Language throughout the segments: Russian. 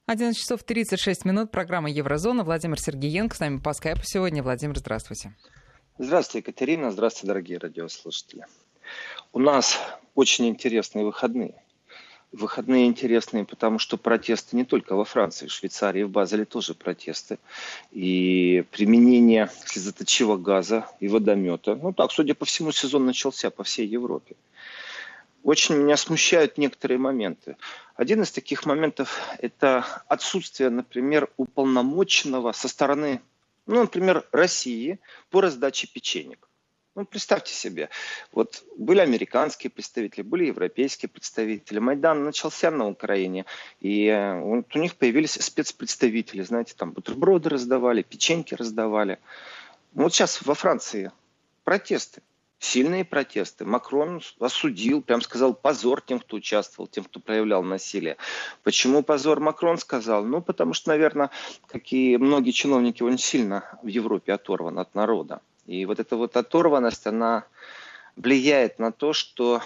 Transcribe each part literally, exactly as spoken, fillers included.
одиннадцать часов тридцать шесть минут. Программа «Еврозона». Владимир Сергеенко с нами по скайпу сегодня. Владимир, здравствуйте. Здравствуйте, Екатерина. Здравствуйте, дорогие радиослушатели. У нас очень интересные выходные. Выходные интересные, потому что протесты не только во Франции, в Швейцарии, в Базеле тоже протесты. И применение слезоточивого газа и водомета. Ну так, судя по всему, сезон начался по всей Европе. Очень меня смущают некоторые моменты. Один из таких моментов – это отсутствие, например, уполномоченного со стороны, ну, например, России по раздаче печенек. Ну, представьте себе, вот были американские представители, были европейские представители. Майдан начался на Украине, и вот у них появились спецпредставители, знаете, там бутерброды раздавали, печеньки раздавали. Вот сейчас во Франции протесты. Сильные протесты. Макрон осудил, прям сказал позор тем, кто участвовал, тем, кто проявлял насилие. Почему позор Макрон сказал? Ну, потому что, наверное, как и многие чиновники, он сильно в Европе оторван от народа. И вот эта вот оторванность, она влияет на то, что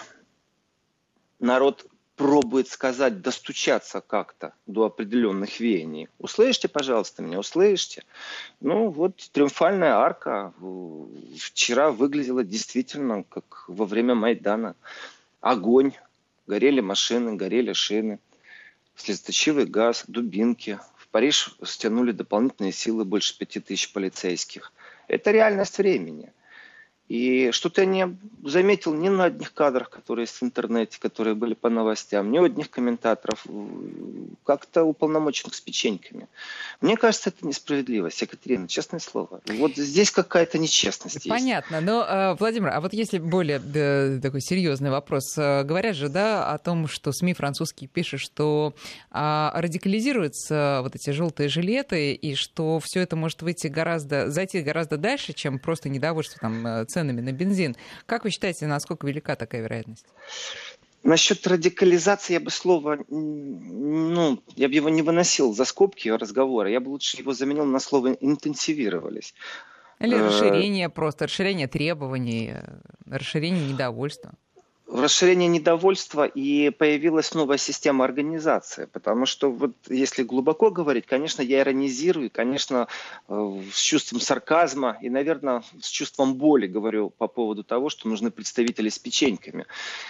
народ пробует сказать, достучаться как-то до определенных веяний. Услышьте, пожалуйста, меня, услышьте. Ну, вот триумфальная арка вчера выглядела действительно как во время Майдана. Огонь, горели машины, горели шины, слезоточивый газ, дубинки. В Париж стянули дополнительные силы, больше пяти тысяч полицейских. Это реальность времени. И что-то я не заметил ни на одних кадрах, которые есть в интернете, которые были по новостям, ни у одних комментаторов, как-то уполномоченных с печеньками. Мне кажется, это несправедливость, Екатерина, честное слово. Вот здесь какая-то нечестность есть. Понятно, но, Владимир, а вот если более да, такой серьезный вопрос. Говорят же, да, о том, что СМИ французские пишут, что а, радикализируются вот эти желтые жилеты, и что все это может выйти гораздо, зайти гораздо дальше, чем просто недовольство там ценами на бензин. Как вы считаете, насколько велика такая вероятность? Насчет радикализации я бы слово, ну, я бы его не выносил за скобки разговора, я бы лучше его заменил на слово «интенсивировались». Или расширение просто, расширение требований, расширение недовольства. Расширение недовольства, и появилась новая система организации, потому что вот если глубоко говорить, конечно, я иронизирую, конечно, с чувством сарказма и, наверное, с чувством боли говорю по поводу того, что нужны представители с печеньками.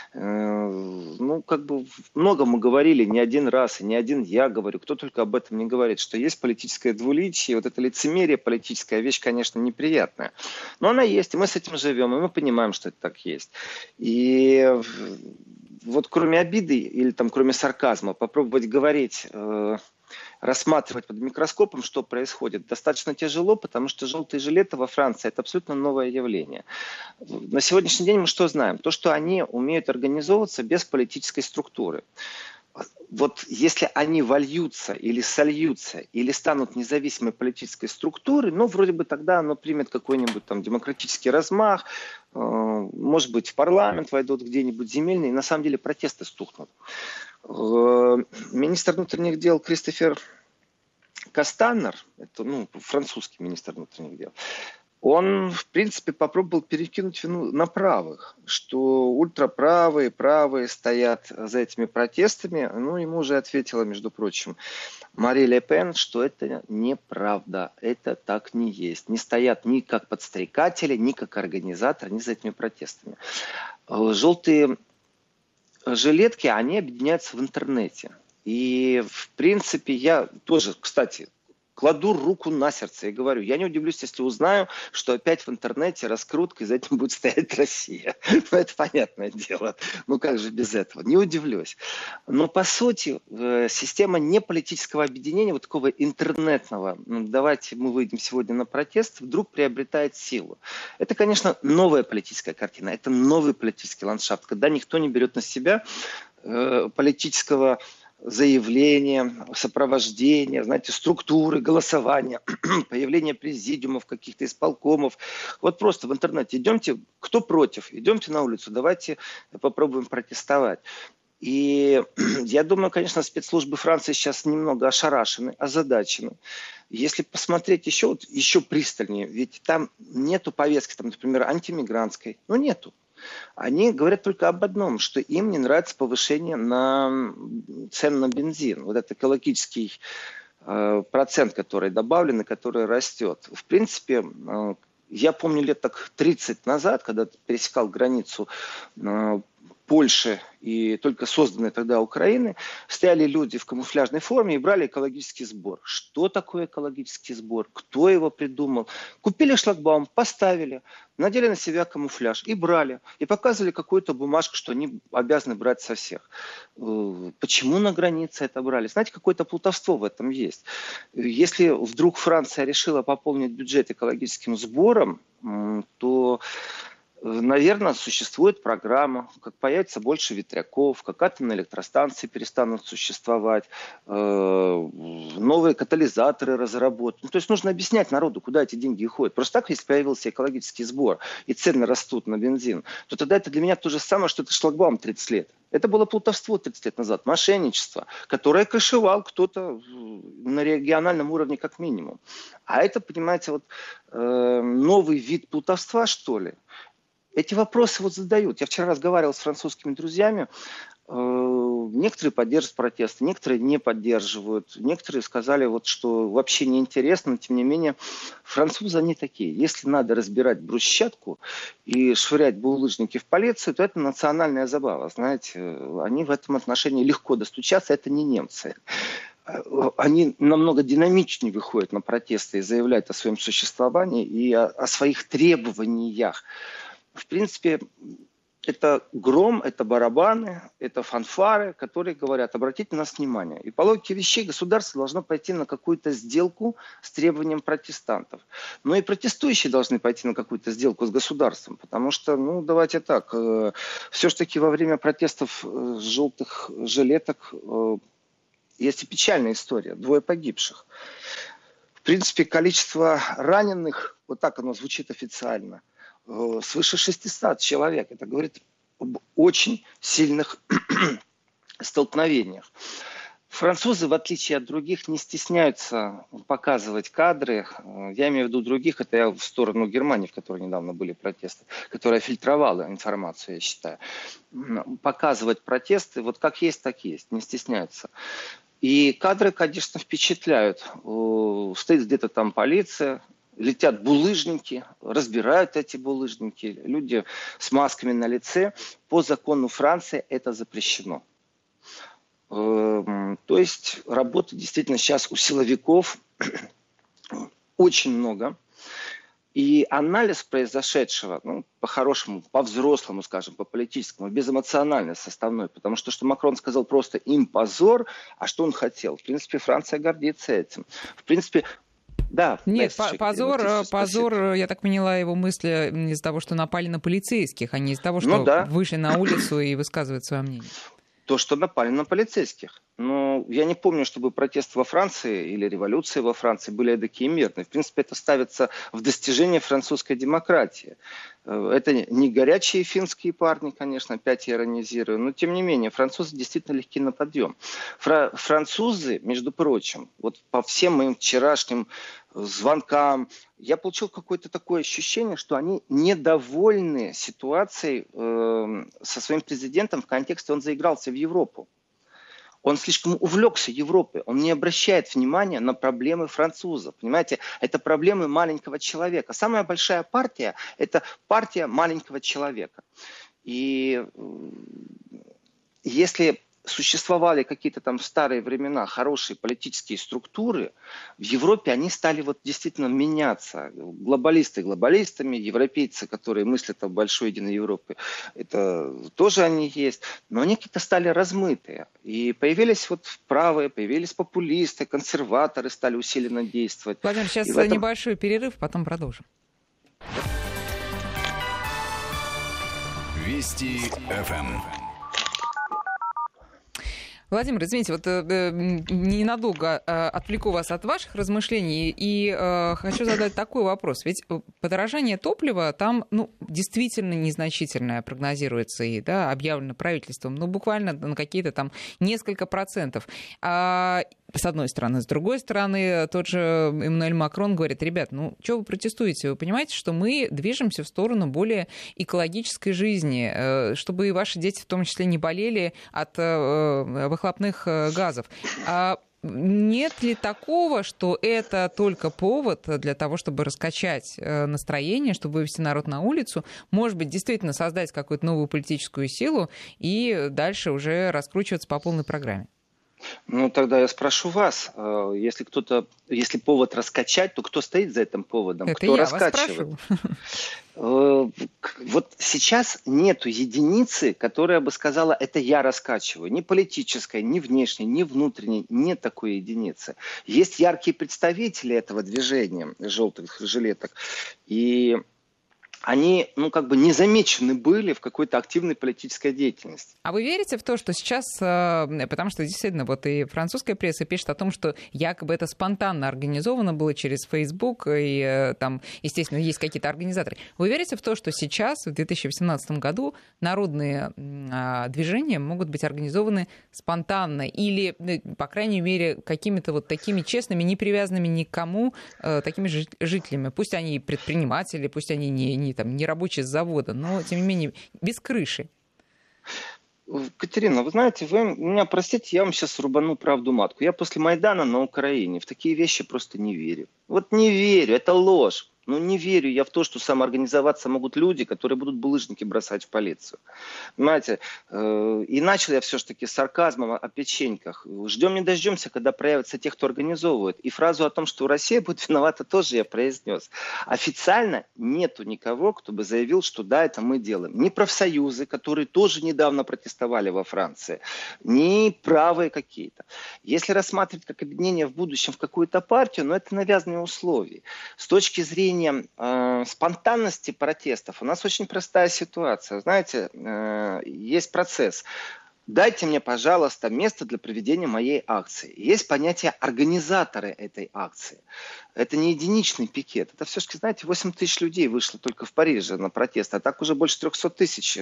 Ну, как бы много мы говорили, не один раз, и не один я говорю, кто только об этом не говорит, что есть политическое двуличие, вот это лицемерие, политическая вещь, конечно, неприятная. Но она есть, и мы с этим живем, и мы понимаем, что это так есть. И вот кроме обиды или там кроме сарказма попробовать говорить, э, рассматривать под микроскопом, что происходит, достаточно тяжело, потому что желтые жилеты во Франции – это абсолютно новое явление. На сегодняшний день мы что знаем? То, что они умеют организовываться без политической структуры. Вот если они вольются или сольются, или станут независимой политической структурой, ну, вроде бы тогда оно примет какой-нибудь там демократический размах, э, может быть, в парламент войдут где-нибудь земельные, и на самом деле протесты стухнут. Э, министр внутренних дел Кристофер Кастаннер, это ну, французский министр внутренних дел, он, в принципе, попробовал перекинуть вину на правых, что ультраправые, правые стоят за этими протестами. Ну, ему уже ответила, между прочим, Мари Ле Пен, что это неправда, это так не есть. Не стоят ни как подстрекатели, ни как организаторы, ни за этими протестами. Желтые жилетки, они объединяются в интернете. И, в принципе, я тоже, кстати, кладу руку на сердце и говорю, я не удивлюсь, если узнаю, что опять в интернете раскрутка, и за этим будет стоять Россия. Ну, это понятное дело. Ну, как же без этого? Не удивлюсь. Но, по сути, система неполитического объединения, вот такого интернетного, ну, давайте мы выйдем сегодня на протест, вдруг приобретает силу. Это, конечно, новая политическая картина, это новый политический ландшафт, когда никто не берет на себя э, политического заявления, сопровождения, знаете, структуры, голосования, появление президиумов, каких-то исполкомов. Вот просто в интернете идемте, кто против, идемте на улицу, давайте попробуем протестовать. И я думаю, конечно, спецслужбы Франции сейчас немного ошарашены, озадачены. Если посмотреть еще, вот, еще пристальнее, ведь там нету повестки, там, например, антимигрантской, ну нету. Они говорят только об одном, что им не нравится повышение на цен на бензин. Вот этот экологический э, процент, который добавлен и который растет. В принципе, э, я помню лет так тридцать назад, когда пересекал границу э, Польши и только созданной тогда Украины, стояли люди в камуфляжной форме и брали экологический сбор. Что такое экологический сбор? Кто его придумал? Купили шлагбаум, поставили, надели на себя камуфляж и брали. И показывали какую-то бумажку, что они обязаны брать со всех. Почему на границе это брали? Знаете, какое-то плутовство в этом есть. Если вдруг Франция решила пополнить бюджет экологическим сбором, то... наверное, существует программа, как появится больше ветряков, как атомные электростанции перестанут существовать, новые катализаторы разработают. Ну, то есть нужно объяснять народу, куда эти деньги уходят. Просто так, если появился экологический сбор и цены растут на бензин, то тогда это для меня то же самое, что это шлагбаум тридцать лет. Это было плутовство тридцать лет назад, мошенничество, которое крышевал кто-то на региональном уровне как минимум. А это, понимаете, вот новый вид плутовства, что ли. Эти вопросы вот задают. Я вчера разговаривал с французскими друзьями. Некоторые поддерживают протесты, некоторые не поддерживают. Некоторые сказали, вот, что вообще неинтересно, но тем не менее французы они такие. Если надо разбирать брусчатку и швырять булыжники в полицию, то это национальная забава. Знаете, они в этом отношении легко достучаться, это не немцы. Они намного динамичнее выходят на протесты и заявляют о своем существовании и о, о своих требованиях. В принципе, это гром, это барабаны, это фанфары, которые говорят, обратите на нас внимание. И по логике вещей государство должно пойти на какую-то сделку с требованием протестантов. Но и протестующие должны пойти на какую-то сделку с государством. Потому что, ну, давайте так, э, все-таки во время протестов э, желтых жилеток э, есть и печальная история. Двое погибших. В принципе, количество раненых, вот так оно звучит официально, свыше шестисот человек. Это говорит об очень сильных столкновениях. Французы, в отличие от других, не стесняются показывать кадры. Я имею в виду других, это я в сторону Германии, в которой недавно были протесты, которая фильтровала информацию, я считаю. Показывать протесты, вот как есть, так есть, не стесняются. И кадры, конечно, впечатляют. Стоит где-то там полиция, летят булыжники, разбирают эти булыжники, люди с масками на лице. По закону Франции это запрещено. То есть работы действительно сейчас у силовиков очень много. И анализ произошедшего, ну, по-хорошему, по-взрослому, скажем, по-политическому, безэмоциональной составной. Потому что, что Макрон сказал просто им позор, а что он хотел? В принципе, Франция гордится этим. В принципе, да. Нет, по- позор, позор, я так поняла его мысли из-за того, что напали на полицейских, а не из-за того, что ну, да. вышли на улицу и высказывают свое мнение. То, что напали на полицейских. Но я не помню, чтобы протесты во Франции или революции во Франции были такие мирные. В принципе, это ставится в достижение французской демократии. Это не горячие финские парни, конечно, опять я иронизирую, но тем не менее, французы действительно легки на подъем. Фра- французы, между прочим, вот по всем моим вчерашним звонкам, я получил какое-то такое ощущение, что они недовольны ситуацией э, со своим президентом в контексте, он заигрался в Европу. Он слишком увлекся Европой, он не обращает внимания на проблемы французов. Понимаете, это проблемы маленького человека. Самая большая партия – это партия маленького человека. И если существовали какие-то там старые времена, хорошие политические структуры, в Европе они стали вот действительно меняться. Глобалисты глобалистами, европейцы, которые мыслят о большой единой Европе, это тоже они есть, но они какие-то стали размытые. И появились вот правые, появились популисты, консерваторы стали усиленно действовать. Владимир, сейчас этом... небольшой перерыв, потом продолжим. Вести эф эм. Владимир, извините, вот э, ненадолго э, отвлеку вас от ваших размышлений и э, хочу задать такой вопрос. Ведь подорожание топлива там, ну, действительно незначительное прогнозируется и, да, объявлено правительством, ну, буквально на какие-то там несколько процентов. А С одной стороны. С другой стороны, тот же Эммануэль Макрон говорит: ребят, ну что вы протестуете? Вы понимаете, что мы движемся в сторону более экологической жизни, чтобы и ваши дети в том числе не болели от выхлопных газов. А нет ли такого, что это только повод для того, чтобы раскачать настроение, чтобы вывести народ на улицу, может быть, действительно создать какую-то новую политическую силу и дальше уже раскручиваться по полной программе? Ну, тогда я спрошу вас, если кто-то, если повод раскачать, то кто стоит за этим поводом? Это кто я раскачивает? вас спрошу. Вот сейчас нету единицы, которая бы сказала: это я раскачиваю. Ни политической, ни внешней, ни внутренней. Нет такой единицы. Есть яркие представители этого движения желтых жилеток. И они, ну, как бы не замечены были в какой-то активной политической деятельности. А вы верите в то, что сейчас, потому что действительно вот и французская пресса пишет о том, что якобы это спонтанно организовано было через Facebook, и там, естественно, есть какие-то организаторы. Вы верите в то, что сейчас, в две тысячи восемнадцатом году, народные движения могут быть организованы спонтанно или, по крайней мере, какими-то вот такими честными, не привязанными ни к кому, такими жителями? Пусть они предприниматели, пусть они не, не там, не рабочие с завода, но, тем не менее, без крыши. Катерина, вы знаете, вы меня простите, я вам сейчас рубану правду матку. Я после Майдана на Украине в такие вещи просто не верю. Вот не верю, это ложь. Но не верю я в то, что самоорганизоваться могут люди, которые будут булыжники бросать в полицию. Понимаете, э, и начал я все-таки с сарказмом о печеньках. Ждем не дождемся, когда проявятся те, кто организовывает. И фразу о том, что Россия будет виновата, тоже я произнес. Официально нету никого, кто бы заявил, что да, это мы делаем. Ни профсоюзы, которые тоже недавно протестовали во Франции, ни правые какие-то. Если рассматривать как объединение в будущем в какую-то партию, но это навязанные условия. С точки зрения Э, спонтанности протестов у нас очень простая ситуация. Знаете, э, есть процесс. Дайте мне, пожалуйста, место для проведения моей акции. Есть понятие организаторы этой акции. Это не единичный пикет. Это все-таки, знаете, восемь тысяч людей вышло только в Париже на протест, а так уже больше трехсот тысяч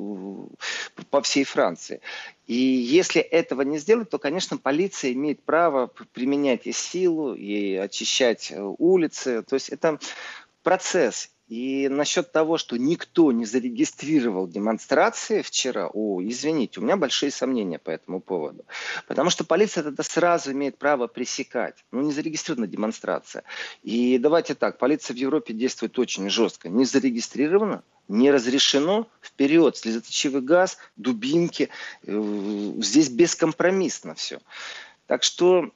по всей Франции. И если этого не сделать, то, конечно, полиция имеет право применять и силу, и очищать улицы. То есть это процесс. И насчет того, что никто не зарегистрировал демонстрации вчера, о, извините, у меня большие сомнения по этому поводу. Потому что полиция тогда сразу имеет право пресекать. Ну, не зарегистрирована демонстрация. И давайте так, полиция в Европе действует очень жестко. Не зарегистрировано, не разрешено, вперед, слезоточивый газ, дубинки. Здесь бескомпромиссно все. Так что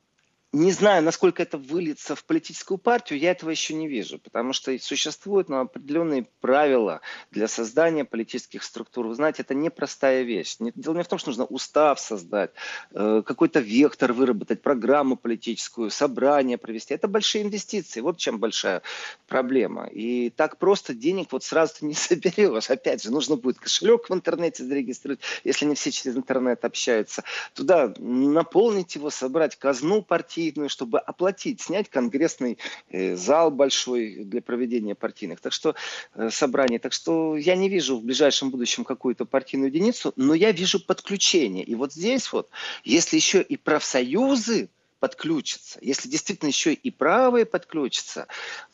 не знаю, насколько это выльется в политическую партию, я этого еще не вижу, потому что существуют ну, определенные правила для создания политических структур. Вы знаете, это непростая вещь. Дело не в том, что нужно устав создать, какой-то вектор выработать, программу политическую, собрание провести. Это большие инвестиции, вот в чем большая проблема. И так просто денег вот сразу ты не соберешь. Опять же, нужно будет кошелек в интернете зарегистрировать, если не все через интернет общаются. Туда наполнить его, собрать казну партийную, чтобы оплатить, снять конгрессный э, зал большой для проведения партийных так что, э, собраний. Так что я не вижу в ближайшем будущем какую-то партийную единицу, но я вижу подключение. И вот здесь вот, если еще и профсоюзы подключатся, если действительно еще и правые подключатся,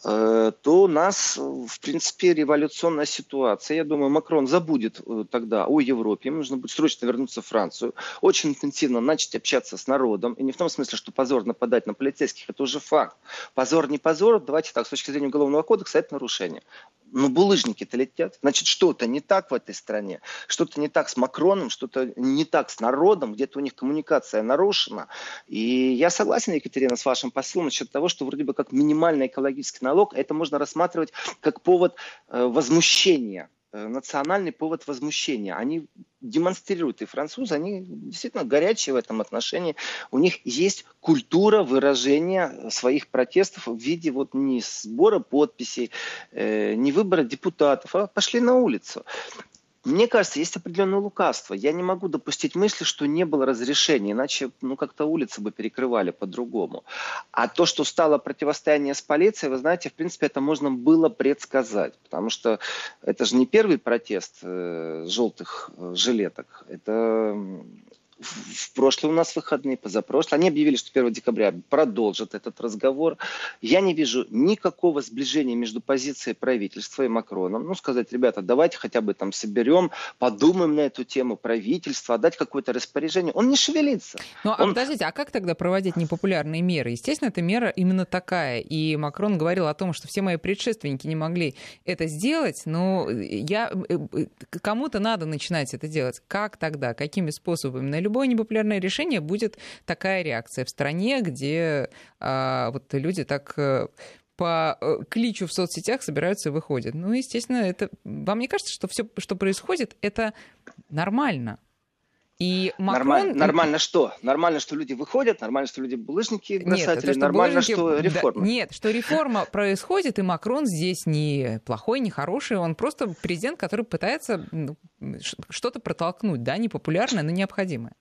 э, то у нас, в принципе, революционная ситуация. Я думаю, Макрон забудет э, тогда о Европе. Ему нужно будет срочно вернуться в Францию, очень интенсивно начать общаться с народом. И не в том смысле, что позор нападать на полицейских, это уже факт. Позор не позор, давайте так, с точки зрения Уголовного кодекса, это нарушение. Но булыжники-то летят. Значит, что-то не так в этой стране. Что-то не так с Макроном, что-то не так с народом. Где-то у них коммуникация нарушена. И я согласен, Екатерина, с вашим посылом насчет того, что вроде бы как минимальный экологический налог, это можно рассматривать как повод э, возмущения. Национальный повод возмущения. Они демонстрируют, и французы, они действительно горячие в этом отношении. У них есть культура выражения своих протестов в виде вот не сбора подписей, э, не выбора депутатов, а пошли на улицу. Мне кажется, есть определенное лукавство. Я не могу допустить мысли, что не было разрешения, иначе ну, как-то улицы бы перекрывали по-другому. А то, что стало противостояние с полицией, вы знаете, в принципе, это можно было предсказать. Потому что это же не первый протест э, желтых э, жилеток. Это в прошлые у нас выходные, позапрошлые. Они объявили, что первого декабря продолжат этот разговор. Я не вижу никакого сближения между позицией правительства и Макроном. Ну, сказать, ребята, давайте хотя бы там соберем, подумаем на эту тему правительства, отдать какое-то распоряжение. Он не шевелится. Ну, а Он... подождите, а как тогда проводить непопулярные меры? Естественно, эта мера именно такая. И Макрон говорил о том, что все мои предшественники не могли это сделать, но я... кому-то надо начинать это делать. Как тогда? Какими способами? На любое непопулярное решение будет такая реакция в стране, где а, вот люди так а, по кличу в соцсетях собираются и выходят. Ну, естественно, это... Вам не кажется, что все, что происходит, это нормально? И Макрон... Нормально, нормально что? Нормально, что люди выходят, нормально, что люди булыжники бросают, нет, это, или что нормально, булыжники... что реформа? Да, нет, что реформа происходит, и Макрон здесь не плохой, не хороший, он просто президент, который пытается ну, что-то протолкнуть, да, непопулярное, но необходимое.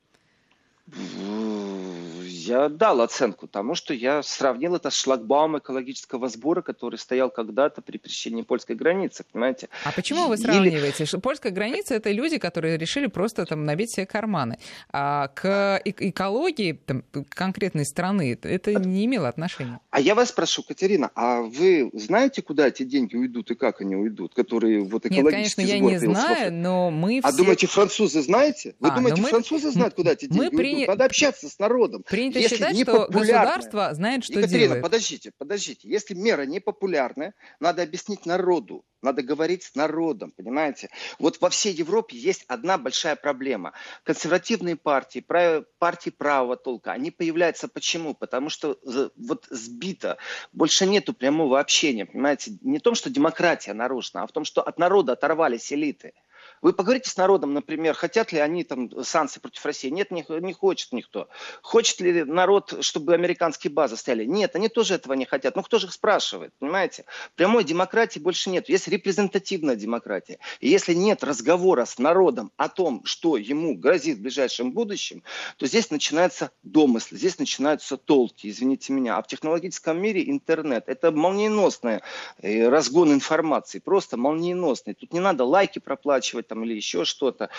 Я дал оценку тому, что я сравнил это с шлагбаумом экологического сбора, который стоял когда-то при пересечении польской границы, понимаете? А почему вы сравниваете? Или... Польская граница — это люди, которые решили просто там набить себе карманы. А к экологии там, конкретной страны это не имело отношения. А я вас спрошу, Катерина, а вы знаете, куда эти деньги уйдут и как они уйдут, которые вот экологический Нет, конечно, сбор? я не знаю, но мы А все... думаете, французы знаете? Вы а, думаете, мы... французы знают, куда эти деньги при... уйдут? Надо общаться с народом. Принято Если считать, непопулярная... что государство знает, что Екатерина, делает. подождите, подождите. Если мера непопулярная, надо объяснить народу. Надо говорить с народом, понимаете? Вот во всей Европе есть одна большая проблема. Консервативные партии, партии правого толка, они появляются почему? Потому что вот сбито, больше нету прямого общения, понимаете? Не в том, что демократия нарушена, а в том, что от народа оторвались элиты. Вы поговорите с народом, например, хотят ли они там санкции против России? Нет, не, не хочет никто. Хочет ли народ, чтобы американские базы стояли? Нет, они тоже этого не хотят. Ну, кто же их спрашивает, понимаете? Прямой демократии больше нет. Есть репрезентативная демократия. И если нет разговора с народом о том, что ему грозит в ближайшем будущем, то здесь начинаются домыслы, здесь начинаются толки, извините меня. А в технологическом мире интернет – это молниеносный разгон информации, просто молниеносный. Тут не надо лайки проплачивать, там, или еще что-то.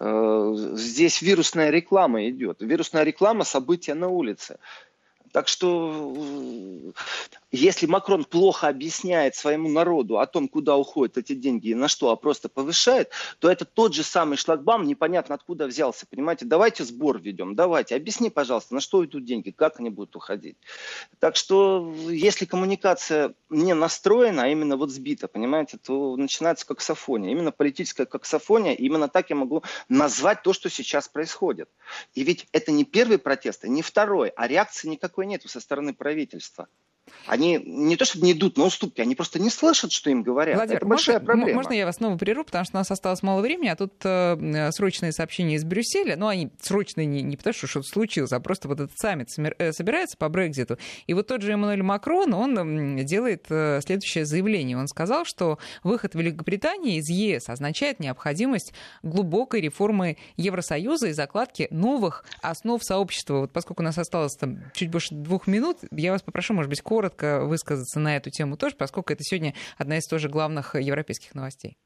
Здесь вирусная реклама идет. Вирусная реклама — события на улице. Так что, если Макрон плохо объясняет своему народу о том, куда уходят эти деньги и на что, а просто повышает, то это тот же самый шлагбаум, непонятно откуда взялся. Понимаете, давайте сбор ведем, давайте. Объясни, пожалуйста, на что уйдут деньги, как они будут уходить. Так что, если коммуникация не настроена, а именно вот сбита, понимаете, то начинается каксофония. Именно политическая каксофония, именно так я могу назвать то, что сейчас происходит. И ведь это не первый протест, не второй, а реакции никакой нет со стороны правительства. Они не то чтобы не идут на уступки, они просто не слышат, что им говорят. Владимир, это большая можно, проблема. Можно я вас снова прерву, потому что у нас осталось мало времени, а тут э, срочные сообщения из Брюсселя. Ну, они срочные не, не потому, что что-то случилось, а просто вот этот саммит собирается по Брекситу. И вот тот же Эммануэль Макрон, он делает следующее заявление. Он сказал, что выход Великобритании из ЕС означает необходимость глубокой реформы Евросоюза и закладки новых основ сообщества. Вот поскольку у нас осталось там чуть больше двух минут, я вас попрошу, может быть, коротко высказаться на эту тему тоже, поскольку это сегодня одна из тоже главных европейских новостей.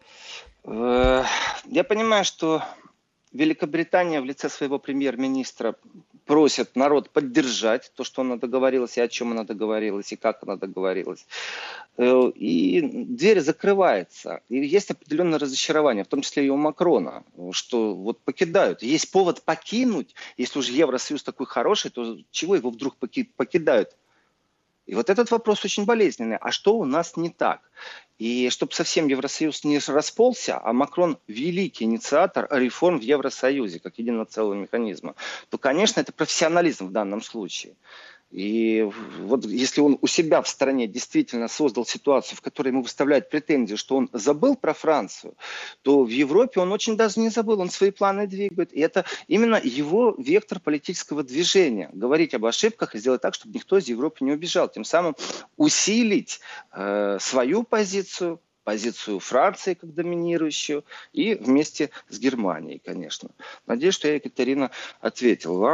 Я понимаю, что Великобритания в лице своего премьер-министра просит народ поддержать то, что она договорилась, и о чем она договорилась, и как она договорилась. И дверь закрывается. И есть определенное разочарование, в том числе и у Макрона, что вот покидают. Есть повод покинуть. Если уже Евросоюз такой хороший, то чего его вдруг покидают? И вот этот вопрос очень болезненный. А что у нас не так? И чтобы совсем Евросоюз не расползся, а Макрон великий инициатор реформ в Евросоюзе, как единого целого механизма, то, конечно, это профессионализм в данном случае. И вот если он у себя в стране действительно создал ситуацию, в которой ему выставляют претензию, что он забыл про Францию, то в Европе он очень даже не забыл, он свои планы двигает. И это именно его вектор политического движения. Говорить об ошибках и сделать так, чтобы никто из Европы не убежал. Тем самым усилить э, свою позицию, позицию Франции как доминирующую и вместе с Германией, конечно. Надеюсь, что я, Екатерина, ответил вам.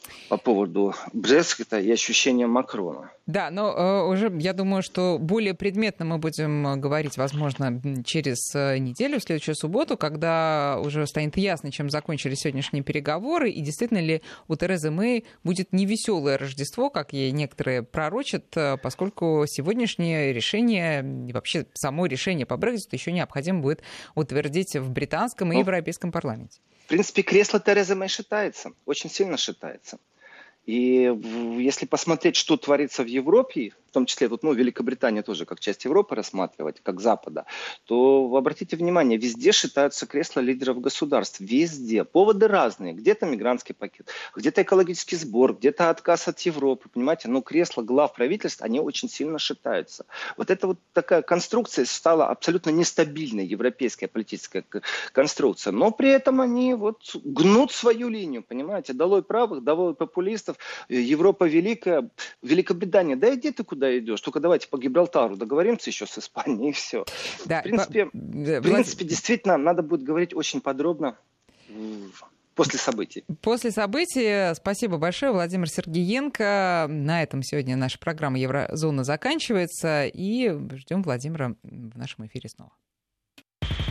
по поводу Брексита и ощущения Макрона. Да, но э, уже, я думаю, что более предметно мы будем говорить, возможно, через неделю, в следующую субботу, когда уже станет ясно, чем закончились сегодняшние переговоры, и действительно ли у Терезы Мэй будет невеселое Рождество, как ей некоторые пророчат, поскольку сегодняшнее решение, и вообще само решение по Брекситу еще необходимо будет утвердить в британском и Ну, европейском парламенте. В принципе, кресло Терезы Мэй шатается, очень сильно шатается. И если посмотреть, что творится в Европе, в том числе тут, ну, Великобритания тоже как часть Европы рассматривать, как Запада, то обратите внимание, везде шатаются кресла лидеров государств. Везде. Поводы разные. Где-то мигрантский пакет, где-то экологический сбор, где-то отказ от Европы. Понимаете, но кресла глав правительств, они очень сильно шатаются. Вот эта вот такая конструкция стала абсолютно нестабильной, европейская политическая конструкция. Но при этом они вот гнут свою линию, понимаете. Долой правых, долой популистов. Европа великая, Великобритания, да иди ты куда идешь, только давайте по Гибралтару договоримся еще с Испанией и все. Да, в принципе, по... в принципе, действительно, надо будет говорить очень подробно после событий. После событий. Спасибо большое, Владимир Сергеенко. На этом сегодня наша программа «Еврозона» заканчивается, и ждем Владимира в нашем эфире снова.